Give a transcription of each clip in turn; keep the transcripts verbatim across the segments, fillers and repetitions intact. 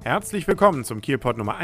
Herzlich willkommen zum Kielpot Nummer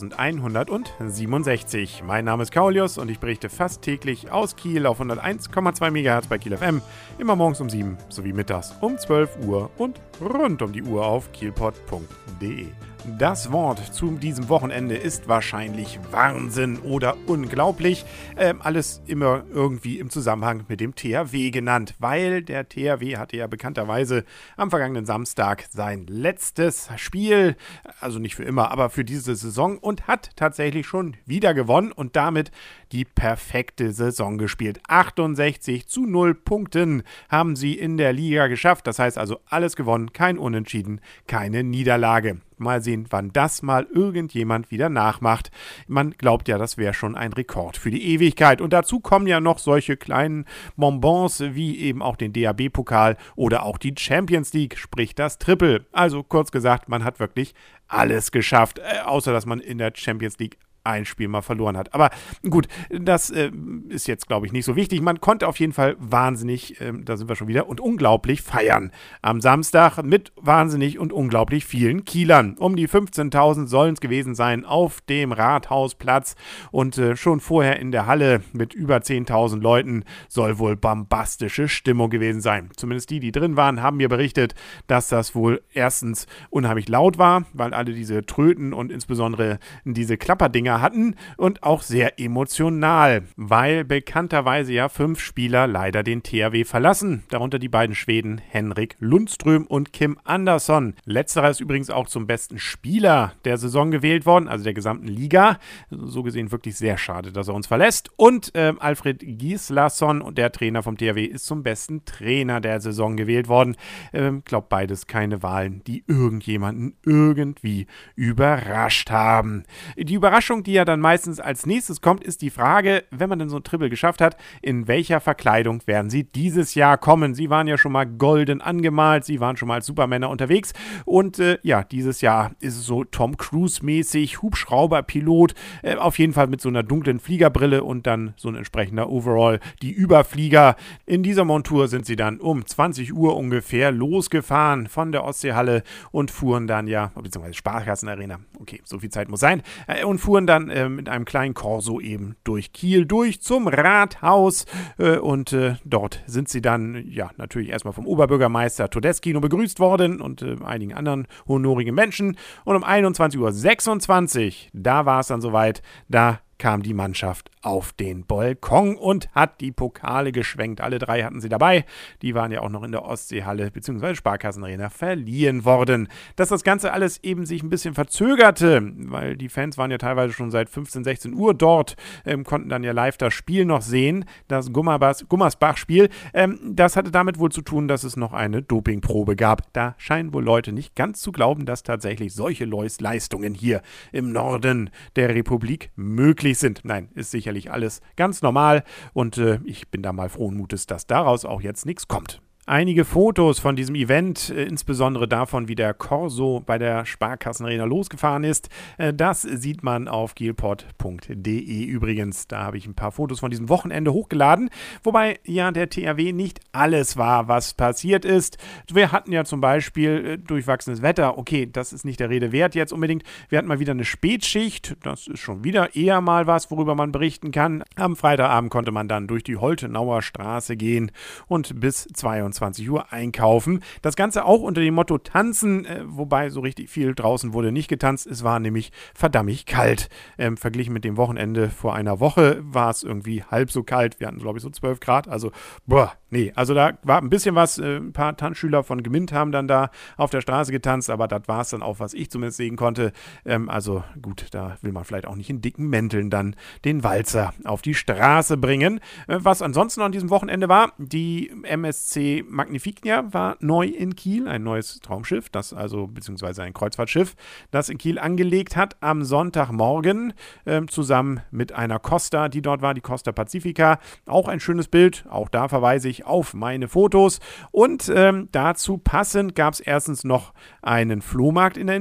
elfhundertsiebenundsechzig. Mein Name ist Kaulius und ich berichte fast täglich aus Kiel auf hunderteins Komma zwei Megahertz bei Kiel F M, immer morgens um sieben sowie mittags um zwölf Uhr und rund um die Uhr auf kielpot punkt de. Das Wort zu diesem Wochenende ist wahrscheinlich Wahnsinn oder unglaublich. Ähm, alles immer irgendwie im Zusammenhang mit dem T H W genannt, weil der T H W hatte ja bekannterweise am vergangenen Samstag sein letztes Spiel, also nicht für immer, aber für diese Saison und hat tatsächlich schon wieder gewonnen und damit die perfekte Saison gespielt. achtundsechzig zu null Punkten haben sie in der Liga geschafft. Das heißt also alles gewonnen, kein Unentschieden, keine Niederlage. Mal sehen, wann das mal irgendjemand wieder nachmacht. Man glaubt ja, das wäre schon ein Rekord für die Ewigkeit. Und dazu kommen ja noch solche kleinen Bonbons wie eben auch den D A B-Pokal oder auch die Champions League, sprich das Triple. Also kurz gesagt, man hat wirklich alles geschafft, äh, außer dass man in der Champions League ein Spiel mal verloren hat. Aber gut, das äh, ist jetzt, glaube ich, nicht so wichtig. Man konnte auf jeden Fall wahnsinnig, äh, da sind wir schon wieder, und unglaublich feiern. Am Samstag mit wahnsinnig und unglaublich vielen Kielern. Um die fünfzehntausend sollen es gewesen sein auf dem Rathausplatz und äh, schon vorher in der Halle mit über zehntausend Leuten soll wohl bombastische Stimmung gewesen sein. Zumindest die, die drin waren, haben mir berichtet, dass das wohl erstens unheimlich laut war, weil alle diese Tröten und insbesondere diese Klapperdinger hatten und auch sehr emotional, weil bekannterweise ja fünf Spieler leider den T H W verlassen, darunter die beiden Schweden Henrik Lundström und Kim Andersson. Letzterer ist übrigens auch zum besten Spieler der Saison gewählt worden, also der gesamten Liga. So gesehen wirklich sehr schade, dass er uns verlässt. Und äh, Alfred Gislason, der Trainer vom T H W, ist zum besten Trainer der Saison gewählt worden. Ich äh, glaube, beides keine Wahlen, die irgendjemanden irgendwie überrascht haben. Die Überraschung, die ja dann meistens als nächstes kommt, ist die Frage, wenn man denn so ein Triple geschafft hat, in welcher Verkleidung werden sie dieses Jahr kommen? Sie waren ja schon mal golden angemalt, sie waren schon mal als Supermänner unterwegs und äh, ja, dieses Jahr ist es so Tom Cruise-mäßig, Hubschrauberpilot, äh, auf jeden Fall mit so einer dunklen Fliegerbrille und dann so ein entsprechender Overall, die Überflieger. In dieser Montur sind sie dann um zwanzig Uhr ungefähr losgefahren von der Ostseehalle und fuhren dann ja, beziehungsweise Sparkassenarena, okay, so viel Zeit muss sein, äh, und fuhren dann äh, mit einem kleinen Corso eben durch Kiel durch zum Rathaus äh, und äh, dort sind sie dann ja natürlich erstmal vom Oberbürgermeister Todeskino begrüßt worden und äh, einigen anderen honorigen Menschen und um einundzwanzig Uhr sechsundzwanzig, da war es dann soweit, da kam die Mannschaft auf den Balkon und hat die Pokale geschwenkt. Alle drei hatten sie dabei. Die waren ja auch noch in der Ostseehalle bzw. Sparkassenarena verliehen worden. Dass das Ganze alles eben sich ein bisschen verzögerte, weil die Fans waren ja teilweise schon seit fünfzehn, sechzehn Uhr dort, ähm, konnten dann ja live das Spiel noch sehen, das Gummersbach-Spiel. Ähm, das hatte damit wohl zu tun, dass es noch eine Dopingprobe gab. Da scheinen wohl Leute nicht ganz zu glauben, dass tatsächlich solche Leistungen hier im Norden der Republik möglich sind. Nein, ist sicherlich alles ganz normal und äh, ich bin da mal frohen Mutes, dass daraus auch jetzt nichts kommt. Einige Fotos von diesem Event, äh, insbesondere davon, wie der Corso bei der Sparkassenarena losgefahren ist, äh, das sieht man auf kielpot punkt de übrigens. Da habe ich ein paar Fotos von diesem Wochenende hochgeladen, wobei ja der T H W nicht alles war, was passiert ist. Wir hatten ja zum Beispiel äh, durchwachsenes Wetter, okay, das ist nicht der Rede wert jetzt unbedingt. Wir hatten mal wieder eine Spätschicht, das ist schon wieder eher mal was, worüber man berichten kann. Am Freitagabend konnte man dann durch die Holtenauer Straße gehen und bis zweiundzwanzig Uhr einkaufen. Das Ganze auch unter dem Motto Tanzen, äh, wobei so richtig viel draußen wurde nicht getanzt. Es war nämlich verdammt kalt. Ähm, verglichen mit dem Wochenende vor einer Woche war es irgendwie halb so kalt. Wir hatten, glaube ich, so zwölf Grad. Also, boah, nee. Also da war ein bisschen was. Äh, ein paar Tanzschüler von Gmint haben dann da auf der Straße getanzt, aber das war es dann auch, was ich zumindest sehen konnte. Ähm, also gut, da will man vielleicht auch nicht in dicken Mänteln dann den Walzer auf die Straße bringen. Äh, was ansonsten noch an diesem Wochenende war, die M S C Magnifica war neu in Kiel, ein neues Traumschiff, das also, beziehungsweise ein Kreuzfahrtschiff, das in Kiel angelegt hat am Sonntagmorgen, äh, zusammen mit einer Costa, die dort war, die Costa Pacifica. Auch ein schönes Bild, auch da verweise ich auf meine Fotos. Und ähm, dazu passend gab es erstens noch einen Flohmarkt in der Innenstadt.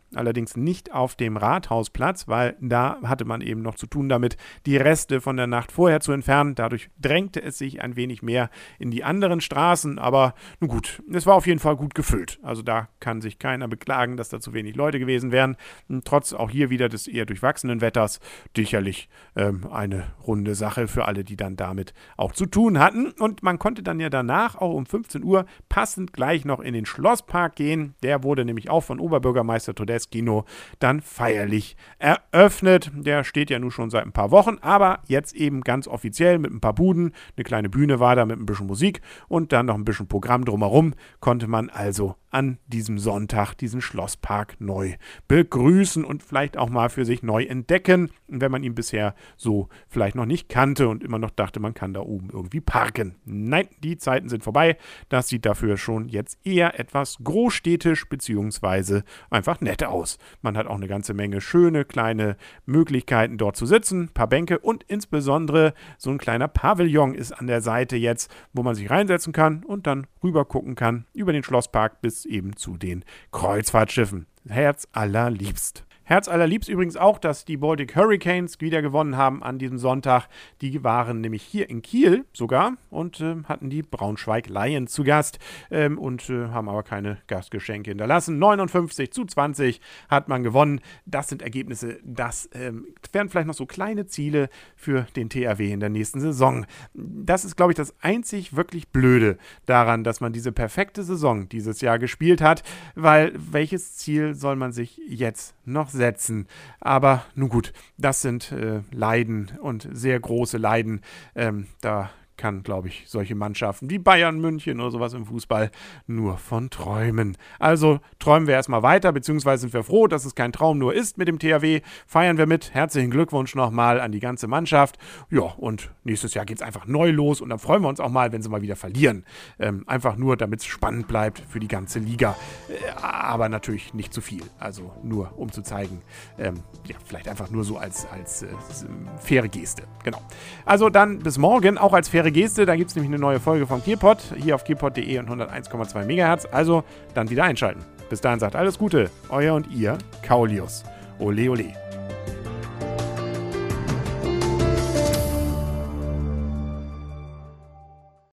allerdings nicht auf dem Rathausplatz, weil da hatte man eben noch zu tun damit, die Reste von der Nacht vorher zu entfernen. Dadurch drängte es sich ein wenig mehr in die anderen Straßen, aber nun gut, es war auf jeden Fall gut gefüllt. Also da kann sich keiner beklagen, dass da zu wenig Leute gewesen wären. Und trotz auch hier wieder des eher durchwachsenen Wetters sicherlich ähm, eine runde Sache für alle, die dann damit auch zu tun hatten. Und man konnte dann ja danach auch um fünfzehn Uhr passend gleich noch in den Schlosspark gehen. Der wurde nämlich auch von Oberbürgermeister Todeschino dann feierlich eröffnet. Der steht ja nun schon seit ein paar Wochen, aber jetzt eben ganz offiziell mit ein paar Buden. Eine kleine Bühne war da mit ein bisschen Musik und dann noch ein bisschen Programm drumherum. Konnte man also an diesem Sonntag diesen Schlosspark neu begrüßen und vielleicht auch mal für sich neu entdecken, wenn man ihn bisher so vielleicht noch nicht kannte und immer noch dachte, man kann da oben irgendwie parken. Nein, die Zeiten sind vorbei. Das sieht dafür schon jetzt eher etwas großstädtisch beziehungsweise einfach nett aus. Man hat auch eine ganze Menge schöne kleine Möglichkeiten dort zu sitzen, ein paar Bänke und insbesondere so ein kleiner Pavillon ist an der Seite jetzt, wo man sich reinsetzen kann und dann rüber gucken kann über den Schlosspark bis eben zu den Kreuzfahrtschiffen. Herz allerliebst. Herz allerliebst übrigens auch, dass die Baltic Hurricanes wieder gewonnen haben an diesem Sonntag. Die waren nämlich hier in Kiel sogar und äh, hatten die Braunschweig Lions zu Gast ähm, und äh, haben aber keine Gastgeschenke hinterlassen. neunundfünfzig zu zwanzig hat man gewonnen. Das sind Ergebnisse, das ähm, wären vielleicht noch so kleine Ziele für den T H W in der nächsten Saison. Das ist, glaube ich, das einzig wirklich Blöde daran, dass man diese perfekte Saison dieses Jahr gespielt hat, weil welches Ziel soll man sich jetzt noch setzen? Aber nun gut, das sind äh, Leiden und sehr große Leiden. Ähm, da kann, glaube ich, solche Mannschaften wie Bayern München oder sowas im Fußball nur von träumen. Also träumen wir erstmal weiter, beziehungsweise sind wir froh, dass es kein Traum nur ist mit dem T H W. Feiern wir mit. Herzlichen Glückwunsch nochmal an die ganze Mannschaft. Ja, und nächstes Jahr geht es einfach neu los und dann freuen wir uns auch mal, wenn sie mal wieder verlieren. Ähm, einfach nur, damit es spannend bleibt für die ganze Liga. Äh, aber natürlich nicht zu viel. Also nur, um zu zeigen, ähm, ja, vielleicht einfach nur so als, als äh, faire Geste. Genau. Also dann bis morgen, auch als faire Geste, da gibt es nämlich eine neue Folge vom Kielpot, hier auf kielpot punkt de und hunderteins Komma zwei Megahertz, also dann wieder einschalten. Bis dahin sagt alles Gute, euer und ihr, Kaulius. Ole ole.